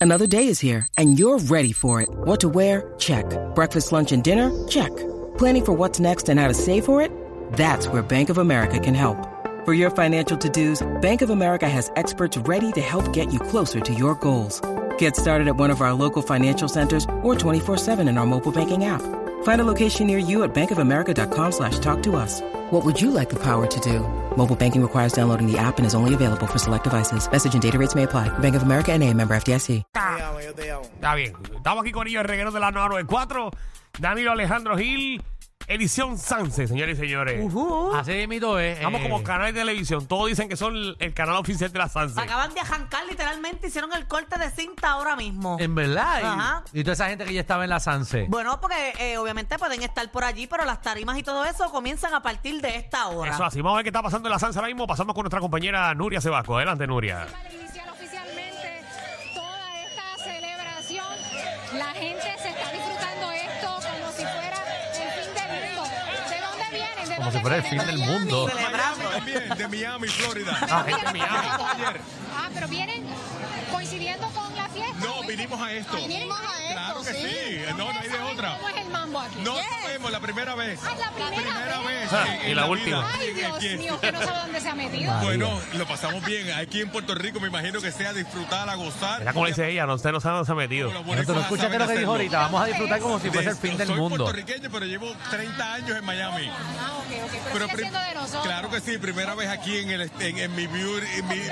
Another day is here, and you're ready for it. What to wear? Check. Breakfast, lunch, and dinner? Check. Planning for what's next and how to save for it? That's where Bank of America can help. For your financial to-dos, Bank of America has experts ready to help get you closer to your goals. Get started at one of our local financial centers or 24/7 in our mobile banking app. Find a location near you at bankofamerica.com/talktous. What would you like the power to do? Mobile banking requires downloading the app and is only available for select devices. Message and data rates may apply. Bank of America N.A., member FDIC. Yo te llamo. Está bien. Estamos aquí con ellos, el reguero de la 994. Danilo Alejandro Gil, edición Sanse, señores y señores. Así mito es. Estamos como canal de televisión. Todos dicen que son el canal oficial de la Sanse. Acaban de arrancar, literalmente hicieron el corte de cinta ahora mismo. En verdad. Ajá. Y toda esa gente que ya estaba en la Sanse. Bueno, porque obviamente pueden estar por allí, pero las tarimas y todo eso comienzan a partir de esta hora. Eso así. Vamos a ver qué está pasando en la Sanse ahora mismo. Pasamos con nuestra compañera Nuria Sebasco. Adelante, Nuria. Para iniciar oficialmente toda esta celebración, la gente se está disfrutando esto como si fuera el fin del mundo. ¿De dónde vienen? ¿De Como dónde si fuera el vienen? fin del ¿De Miami? mundo. Celebrando. También, de Miami, Florida. Ah, gente de Miami. Pero vienen coincidiendo con la fiesta. No, vinimos a esto. Vinimos a esto, Claro que sí. No hay de otra. ¿Cómo es el mambo aquí? No sabemos, la primera vez. Ah, la primera vez. Y la última. Ay, Dios mío, que no sabe dónde se ha metido. Bueno, lo pasamos bien. Aquí en Puerto Rico me imagino que sea disfrutar, a gozar. Mira como le dice ella, usted no sabe dónde se ha metido. Los Pero tú no boricuas escuchaste saben lo que dijo hacerlo. ahorita. Vamos a disfrutar como si fuese el fin del Soy mundo. puertorriqueño, pero llevo 30 años en Miami. Ah, ok. Pero sigue siendo de nosotros. Claro que sí, primera vez aquí en mi beauty.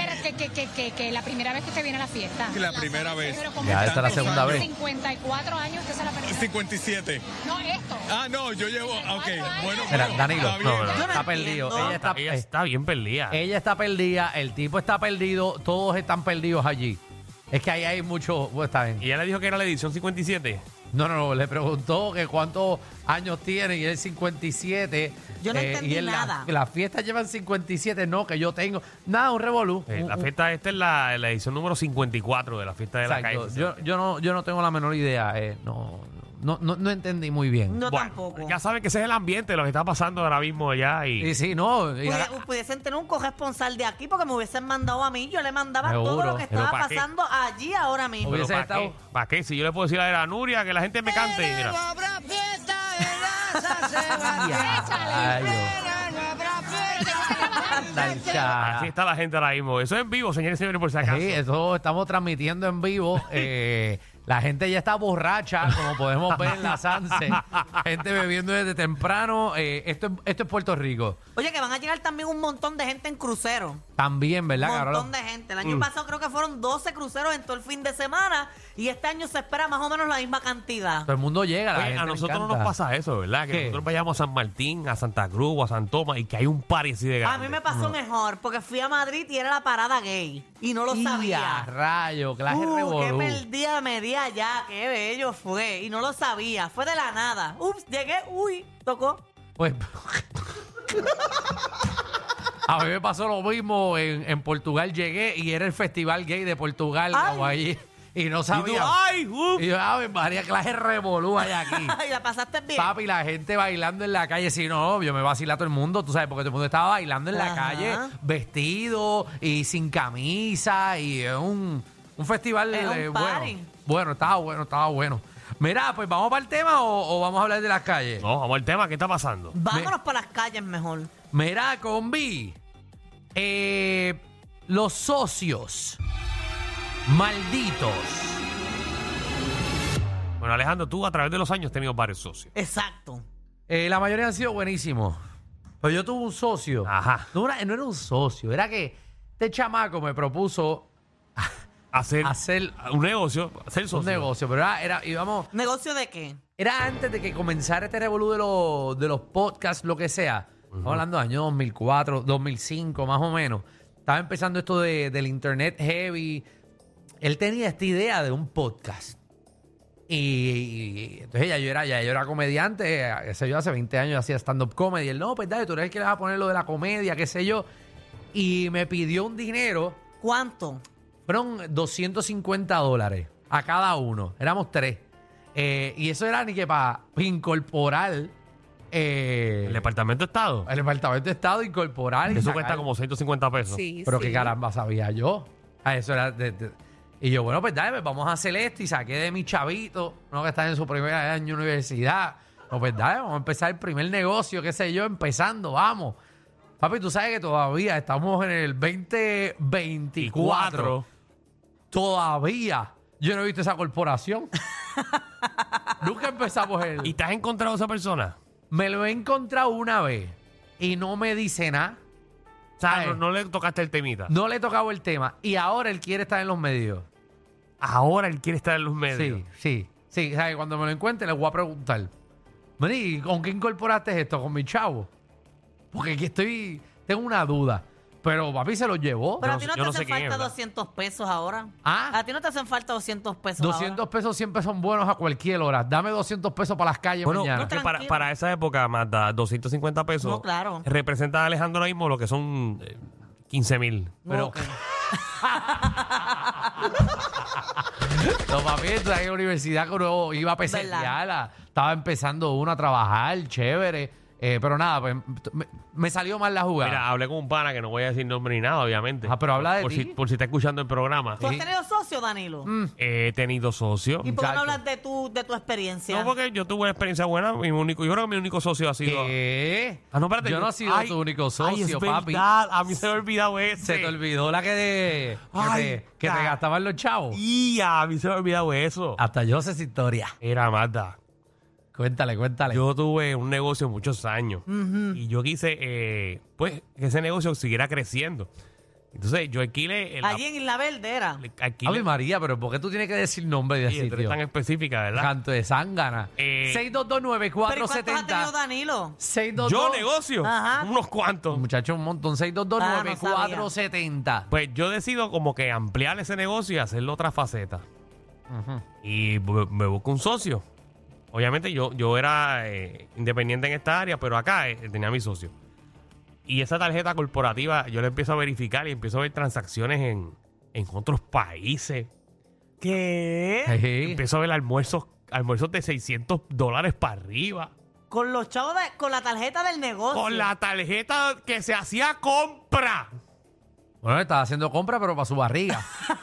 Pero que la primera vez que usted viene a la fiesta. La primera vez. Pero como Ya, esta es la segunda vez. 54 años, usted se la perdió. 57. No, esto. Ah, no, yo llevo. Ok, bueno. Mira, bueno, Danilo, está bien. no, no. Yo no Está perdido. entiendo. Ella está bien perdida. Ella está perdida, el tipo está perdido, todos están perdidos allí. Es que ahí hay mucho. Bueno, está bien. Y ella le dijo que era la edición 57. No, le preguntó que cuántos años tiene y él 57. Yo no entendí y él nada. Las fiestas llevan 57, no, que yo tengo. Nada, un revolú. La fiesta esta es la edición número 54 de la fiesta de la Exacto. calle. Yo no tengo la menor idea. No entendí muy bien. No Bueno, tampoco. ya saben que ese es el ambiente, lo que está pasando ahora mismo allá. Y sí, no. Pudiesen tener un corresponsal de aquí porque me hubiesen mandado a mí. Yo le mandaba todo Seguro. lo que Pero estaba ¿para qué? pasando allí ahora mismo. Hubiese ¿Para estado- qué? ¿Para qué? Si yo le puedo decir a la Nuria que la gente me cante. Mira. Así está la gente ahora mismo. Eso es en vivo, señores y señores, por si acaso. Sí, eso estamos transmitiendo en vivo. La gente ya está borracha, como podemos ver en la Sanse. Gente bebiendo desde temprano. Esto es Puerto Rico. Oye, que van a llegar también un montón de gente en crucero. También, ¿verdad, Un Carol? montón de gente. El año pasado creo que fueron 12 cruceros en todo el fin de semana y este año se espera más o menos la misma cantidad. Todo el mundo llega. La Oye, gente a le nosotros no encanta. nos pasa eso, ¿verdad? Que ¿Qué? nosotros vayamos a San Martín, a Santa Cruz o a San Tomás y que hay un party así de grande. A mí me pasó mejor porque fui a Madrid y era la parada gay y no lo ¡Ya, sabía. rayo! Clase Qué revolú. perdida me di allá, qué bello fue y no lo sabía, fue de la nada. Ups, llegué, tocó. Pues... A mí me pasó lo mismo en Portugal. Llegué y era el festival gay de Portugal. Ay. Como allí, y no Y tú, sabía. ¡ay! Y yo, Ave María, clase revolú hay aquí. Y la pasaste bien. Papi, la gente bailando en la calle. Si no, yo me vacila a todo el mundo, tú sabes, porque todo el mundo estaba bailando en la Ajá. calle, vestido y sin camisa. Y es un festival Es un party. Bueno, estaba bueno. Mira, pues vamos para el tema o vamos a hablar de las calles. No, vamos al tema, ¿qué está pasando? Vámonos para las calles mejor. Mira, combi. Los socios malditos. Bueno, Alejandro, tú a través de los años has tenido varios socios. Exacto. La mayoría han sido buenísimos. Pero yo tuve un socio. Ajá. No era un socio, era que este chamaco me propuso Hacer un negocio, hacer un socio. negocio, pero íbamos, ¿Negocio de qué? era antes de que comenzara este revolú de los podcasts, lo que sea. Estamos hablando de año 2004, 2005, más o menos. Estaba empezando esto del internet heavy. Él tenía esta idea de un podcast. Y entonces ya yo era comediante, qué sé yo, hace 20 años hacía stand-up comedy. Y él, no, pues dale, tú eres el que le vas a poner lo de la comedia, qué sé yo. Y me pidió un dinero, ¿Cuánto? fueron $250 a cada uno. Éramos 3. Y eso era ni que para incorporar El Departamento de Estado. el Departamento de Estado, incorporar. y Eso sacar- cuesta como 150 pesos. Sí, Pero sí. qué caramba sabía yo. Eso era Y yo, bueno, pues dale, pues vamos a hacer esto. Y saqué de mi chavito, uno que está en su primer año de universidad. No, pues dale, vamos a empezar el primer negocio, qué sé yo, empezando, vamos. Papi, tú sabes que todavía estamos en el 2024. Todavía yo no he visto esa corporación. Nunca empezamos el... ¿Y te has encontrado a esa persona? Me lo he encontrado una vez y no me dice nada. O sea, ¿Sabes? no le tocaste el temita. No le he tocado el tema. Y ahora él quiere estar en los medios. Ahora él quiere estar en los medios. Sí. ¿Sabes? Cuando me lo encuentre le voy a preguntar. Mani, ¿con qué incorporaste esto? ¿Con mi chavo? Porque aquí tengo una duda. Pero papi se lo llevó. Pero Yo a ti no- no yo te no sé hacen quién es, falta ¿verdad? 200 pesos ahora. ¿Ah? A ti no te hacen falta 200 pesos 200 pesos siempre son buenos a cualquier hora. Dame 200 pesos para las calles Bueno, mañana. es que Tranquilo. para esa época, Magda, 250 pesos No, claro. representa a Alejandro ahora mismo lo que son 15,000. ahora. pero- Ok. No, papi, tú sabes que en la universidad que uno iba a pesetear, estaba empezando uno a trabajar, chévere. Pero nada, pues me salió mal la jugada. Mira, hablé con un pana que no voy a decir nombre ni nada, obviamente. Ah, pero habla de por ti. por si está escuchando el programa. ¿Tú has tenido socio, Danilo? He tenido socio. ¿Y por qué no Muchacho. hablas de tu experiencia? No, porque yo tuve una experiencia buena. Yo creo que mi único socio ha sido... ¿Qué? Ah, no, espérate. Yo no he sido Ay, tu único ay, socio, es papi. verdad. A mí se me ha olvidado ese. Se te olvidó la que Ay, te ca- gastaban los chavos. Y a mí se me ha olvidado eso. Hasta yo sé esa historia. Era Magda. Cuéntale. Yo tuve un negocio muchos años y yo quise, pues, que ese negocio siguiera creciendo. Entonces, yo alquilé... Allí en Isla Verde era. alquilé Ave María, pero ¿por qué tú tienes que decir nombre de y esto es sitio? tan específica, ¿verdad? Canto de zángana. Eh, 'Pero ¿y cuántos ha tenido 6229470. Danilo? 622. Yo negocio. Ajá. Unos cuantos. Muchacho, un montón. 6229470. Pues yo decido como que ampliar ese negocio y hacerlo otra faceta. Y me busco un socio. Obviamente yo era independiente en esta área, pero acá tenía mi socio. Y esa tarjeta corporativa yo la empiezo a verificar y empiezo a ver transacciones en otros países. ¿Qué? Ejé. Empiezo a ver almuerzos de $600 para arriba. Con los chavos con la tarjeta del negocio. Con la tarjeta que se hacía compra. Bueno, estaba haciendo compra, pero para su barriga.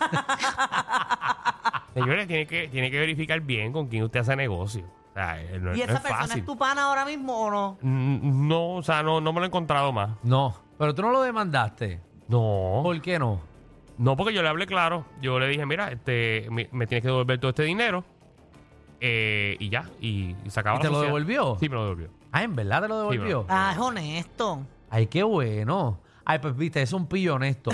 Señores, tiene que verificar bien con quién usted hace negocio. O sea, no, ¿Y no esa es persona fácil. es tu pana ahora mismo o no? No, o sea, no me lo he encontrado más. No, pero tú no lo demandaste. No. ¿Por qué no? No, porque yo le hablé claro. Yo le dije, mira, me tienes que devolver todo este dinero. Y ya. Y se acabó ¿Y la te lo sociedad. devolvió? Sí, me lo devolvió. Ah, ¿en verdad te lo devolvió? Ah, es honesto. Ay, qué bueno. Ay, pues viste, es un pillo honesto.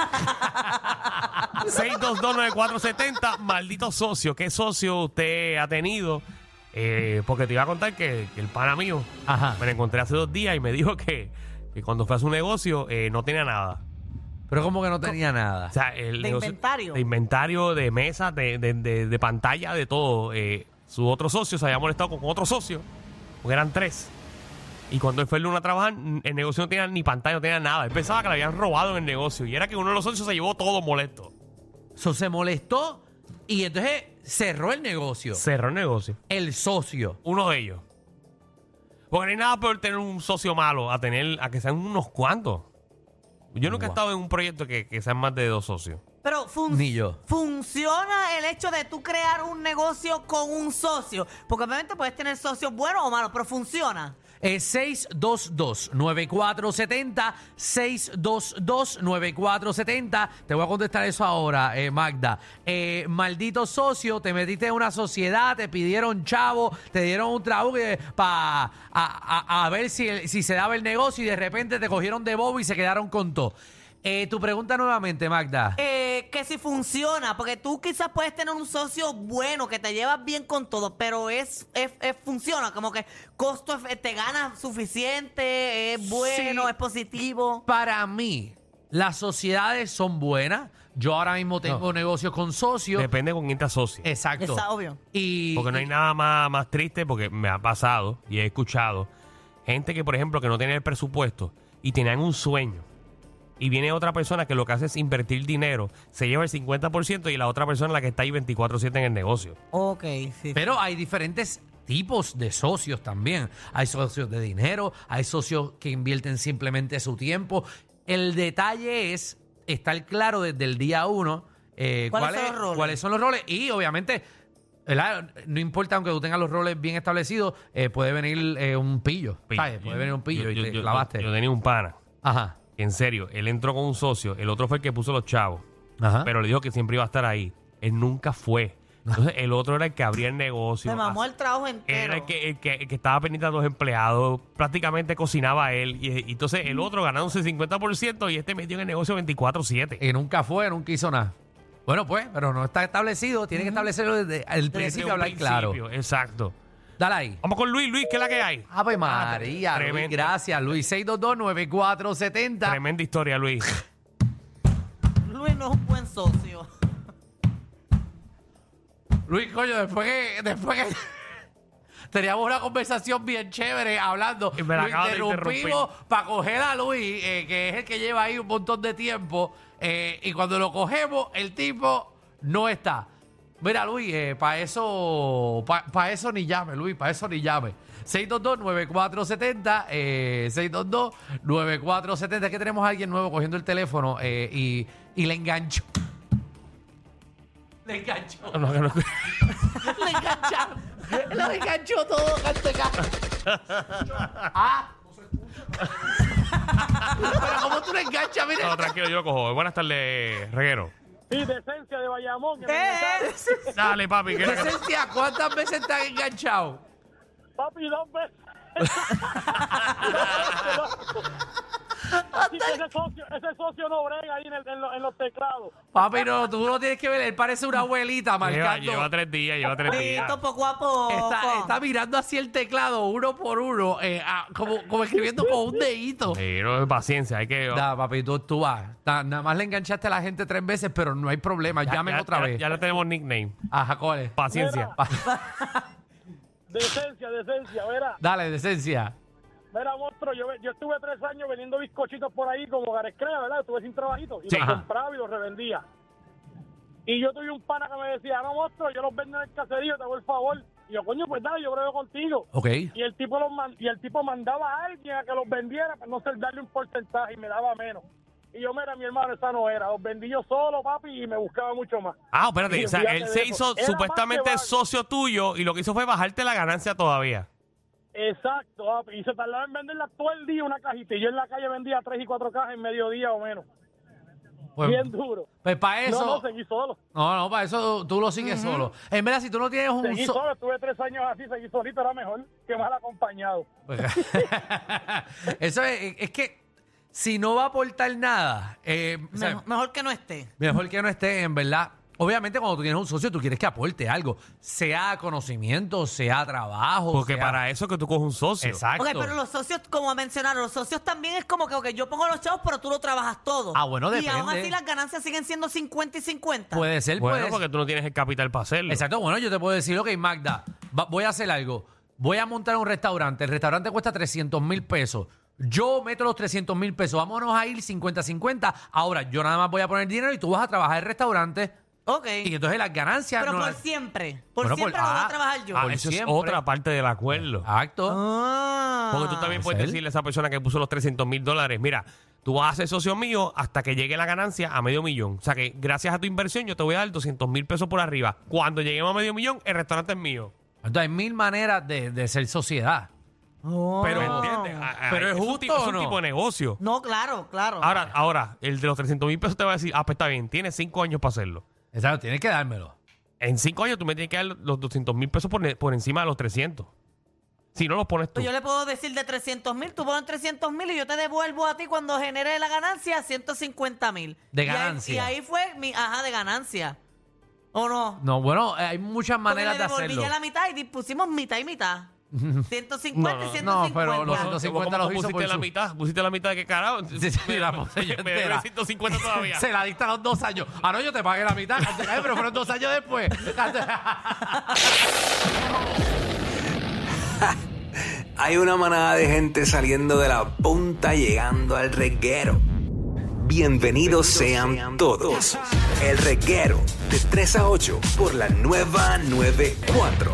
6229470, maldito socio. ¿Qué socio usted ha tenido? Porque te iba a contar que el pana mío Ajá. me lo encontré hace 2 días y me dijo que cuando fue a su negocio no tenía nada. Pero como que no tenía nada. O sea, el ¿De negocio- inventario? De inventario, de mesa, de pantalla, de todo. Su otro socio se había molestado con otro socio, porque eran 3. Y cuando él fue el lunes a trabajar, el negocio no tenía ni pantalla, no tenía nada. Él pensaba que le habían robado en el negocio. Y era que uno de los socios se llevó todo molesto. Eso se molestó y entonces cerró el negocio. Cerró el negocio. El socio. Uno de ellos. Porque no hay nada peor tener un socio malo a que sean unos cuantos. Yo nunca he Wow. estado en un proyecto que sean más de 2 socios. Pero Ni yo. funciona el hecho de tú crear un negocio con un socio. Porque obviamente puedes tener socios buenos o malos, pero funciona. 622-9470, 622-9470. Te voy a contestar eso ahora, Magda. Maldito socio, te metiste en una sociedad, te pidieron chavo, te dieron un trabajo para a ver si se daba el negocio y de repente te cogieron de bobo y se quedaron con todo. Tu pregunta nuevamente, Magda. Que si funciona, porque tú quizás puedes tener un socio bueno que te llevas bien con todo, pero funciona, como que costo te gana suficiente, es bueno, Sí. es positivo. Para mí, las sociedades son buenas. Yo ahora mismo tengo negocios con socios. Depende con quién te asocies. Exacto. Está obvio. Y, Porque no hay nada más triste, porque me ha pasado y he escuchado gente que, por ejemplo, que no tiene el presupuesto y tenían un sueño. Y viene otra persona que lo que hace es invertir dinero, se lleva el 50% y la otra persona es la que está ahí 24/7 en el negocio. Ok, sí. Pero hay diferentes tipos de socios también. Hay socios de dinero, hay socios que invierten simplemente su tiempo. El detalle es estar claro desde el día 1 cuáles son los roles. Y obviamente, ¿verdad? No importa, aunque tú tengas los roles bien establecidos, puede venir un pillo. ¿Sabes? Puede venir un pillo y te clavaste. Yo tenía un pana. Ajá. En serio, él entró con un socio. El otro fue el que puso los chavos. Ajá. Pero le dijo que siempre iba a estar ahí. Él nunca fue. Entonces, el otro era el que abría el negocio. Se mamó el trabajo entero. Era el que estaba pendiente a los empleados. Prácticamente cocinaba él. Y entonces, el otro ganándose 50% y este metió en el negocio 24/7. Y nunca nunca hizo nada. Bueno, pues, pero no está establecido. Tiene que establecerlo desde el principio, hablar claro. Exacto. Dale ahí. Vamos con Luis. Luis, ¿qué es la que hay? Ave María, Luis, Tremendo. gracias, Luis. 622-9470. Tremenda historia, Luis. Luis no es un buen socio. Luis, coño, después que teníamos una conversación bien chévere hablando, Y me la Luis, acabas de interrumpimos para coger a Luis, que es el que lleva ahí un montón de tiempo, y cuando lo cogemos, el tipo no está. Mira, Luis, para eso ni llame, Luis, para eso ni llame. 622-9470, 622-9470. Es que tenemos a alguien nuevo cogiendo el teléfono y le enganchó. Le enganchó. No, no. Le engancharon. Lo enganchó todo, canteca. Ah. Pero ¿cómo tú le enganchas? Mira. No, tranquilo, yo lo cojo. Buenas tardes, reguero. Sí, Decencia de Bayamón. Dale, papi. Que Decencia, ¿cuántas veces te han enganchado? Papi, 2 veces. Así que ese socio no brega ahí en los teclados. Papi, no, tú no tienes que ver. Él parece una abuelita marcando. lleva 3 días, lleva 3 días. Listo, poco a poco. Está mirando así el teclado uno por uno, como escribiendo con un dedito. Sí, no, paciencia, hay que... Da, papi, tú vas. Nada más le enganchaste a la gente 3 veces, pero no hay problema. Llamen otra vez. Ya le tenemos nickname. Ajá, ¿cuál es? Paciencia. Decencia, verá. Dale, Decencia. Mira, monstruo, yo estuve 3 años vendiendo bizcochitos por ahí como Garescrea, ¿verdad? Estuve sin trabajito y Sí. los compraba y los revendía. Y yo tuve un pana que me decía, no, monstruo, yo los vendo en el caserío, te hago el favor. Y yo, coño, pues dale, yo brego contigo. Ok. Y el tipo mandaba a alguien a que los vendiera para no ser darle un porcentaje y me daba menos. Y yo, mira, mi hermano, esa no era. Los vendí yo solo, papi, y me buscaba mucho más. Ah, espérate. Y O sea, olvídate él de se eso. hizo Era supuestamente más que socio tuyo y lo que hizo fue bajarte la ganancia todavía. Exacto, papi. Y se tardaba en venderla todo el día una cajita. Y yo en la calle vendía 3 y 4 cajas en mediodía o menos. Pues, Bien duro. pues para eso. No, seguí solo. No, para eso tú lo sigues solo. En verdad, si tú no tienes un. Seguí solo, estuve 3 años así, seguí solito, era mejor que mal acompañado. Eso es que si no va a aportar nada, o sea, Mejor que no esté. mejor que no esté, en verdad. Obviamente, cuando tú tienes un socio, tú quieres que aporte algo, sea conocimiento, sea trabajo. Porque sea- para eso es que tú coges un socio. Exacto. Ok, pero los socios, como mencionaron, los socios también es como que ok, yo pongo los chavos, pero tú lo trabajas todo. Ah, bueno, Y aún depende. así las ganancias siguen siendo 50 y 50. Puede ser, Bueno, puede porque tú no tienes el capital para hacerlo. Exacto, bueno, yo te puedo decir, ok, Magda, voy a hacer algo. Voy a montar un restaurante. El restaurante cuesta 300,000 pesos. Yo meto los 300,000 pesos. Vámonos a ir 50-50. Ahora, yo nada más voy a poner dinero y tú vas a trabajar el restaurante. Ok. Y entonces las ganancias... Pero no por las- siempre. Por Bueno, siempre lo voy a trabajar yo. por Eso es siempre. otra parte del acuerdo. Exacto. Ah. Porque tú también puedes ser. decirle a esa persona que puso los $300,000, mira, tú vas a ser socio mío hasta que llegue la ganancia a $500,000. O sea que gracias a tu inversión yo te voy a dar 200,000 pesos por arriba. Cuando lleguemos a $500,000, el restaurante es mío. Entonces hay 1000 maneras de ser sociedad. Oh. Pero, ¿entiendes? Pero es justo, es ¿o un no? tipo de negocio. No, claro. Ahora, el de los 300,000 pesos te va a decir, ah, pues está bien, tienes 5 años para hacerlo. Exacto, tienes que dármelo. En 5 años tú me tienes que dar los 200,000 pesos por encima de los 300. Si no los pones tú. Pues yo le puedo decir de 300,000, tú pones 300,000 y yo te devuelvo a ti cuando genere la ganancia 150,000. De Y ahí- ganancia. Y ahí fue de ganancia. ¿O no? No, bueno, hay muchas Porque maneras le de devolví hacerlo. ya la mitad y pusimos mitad y mitad. 150 y 150. No, pero los 150 los hizo pusiste por la su- mitad. ¿Pusiste la mitad de qué carajo? Sí, sí, la puse yo Me debe entera. 150 todavía. Se la diste a los 2 años. Ah, no, yo te pagué la mitad. Pero fueron 2 años después. Hay una manada de gente saliendo de la punta llegando al reguero. Bienvenidos sean todos. El reguero de 3 a 8 por la nueva 94.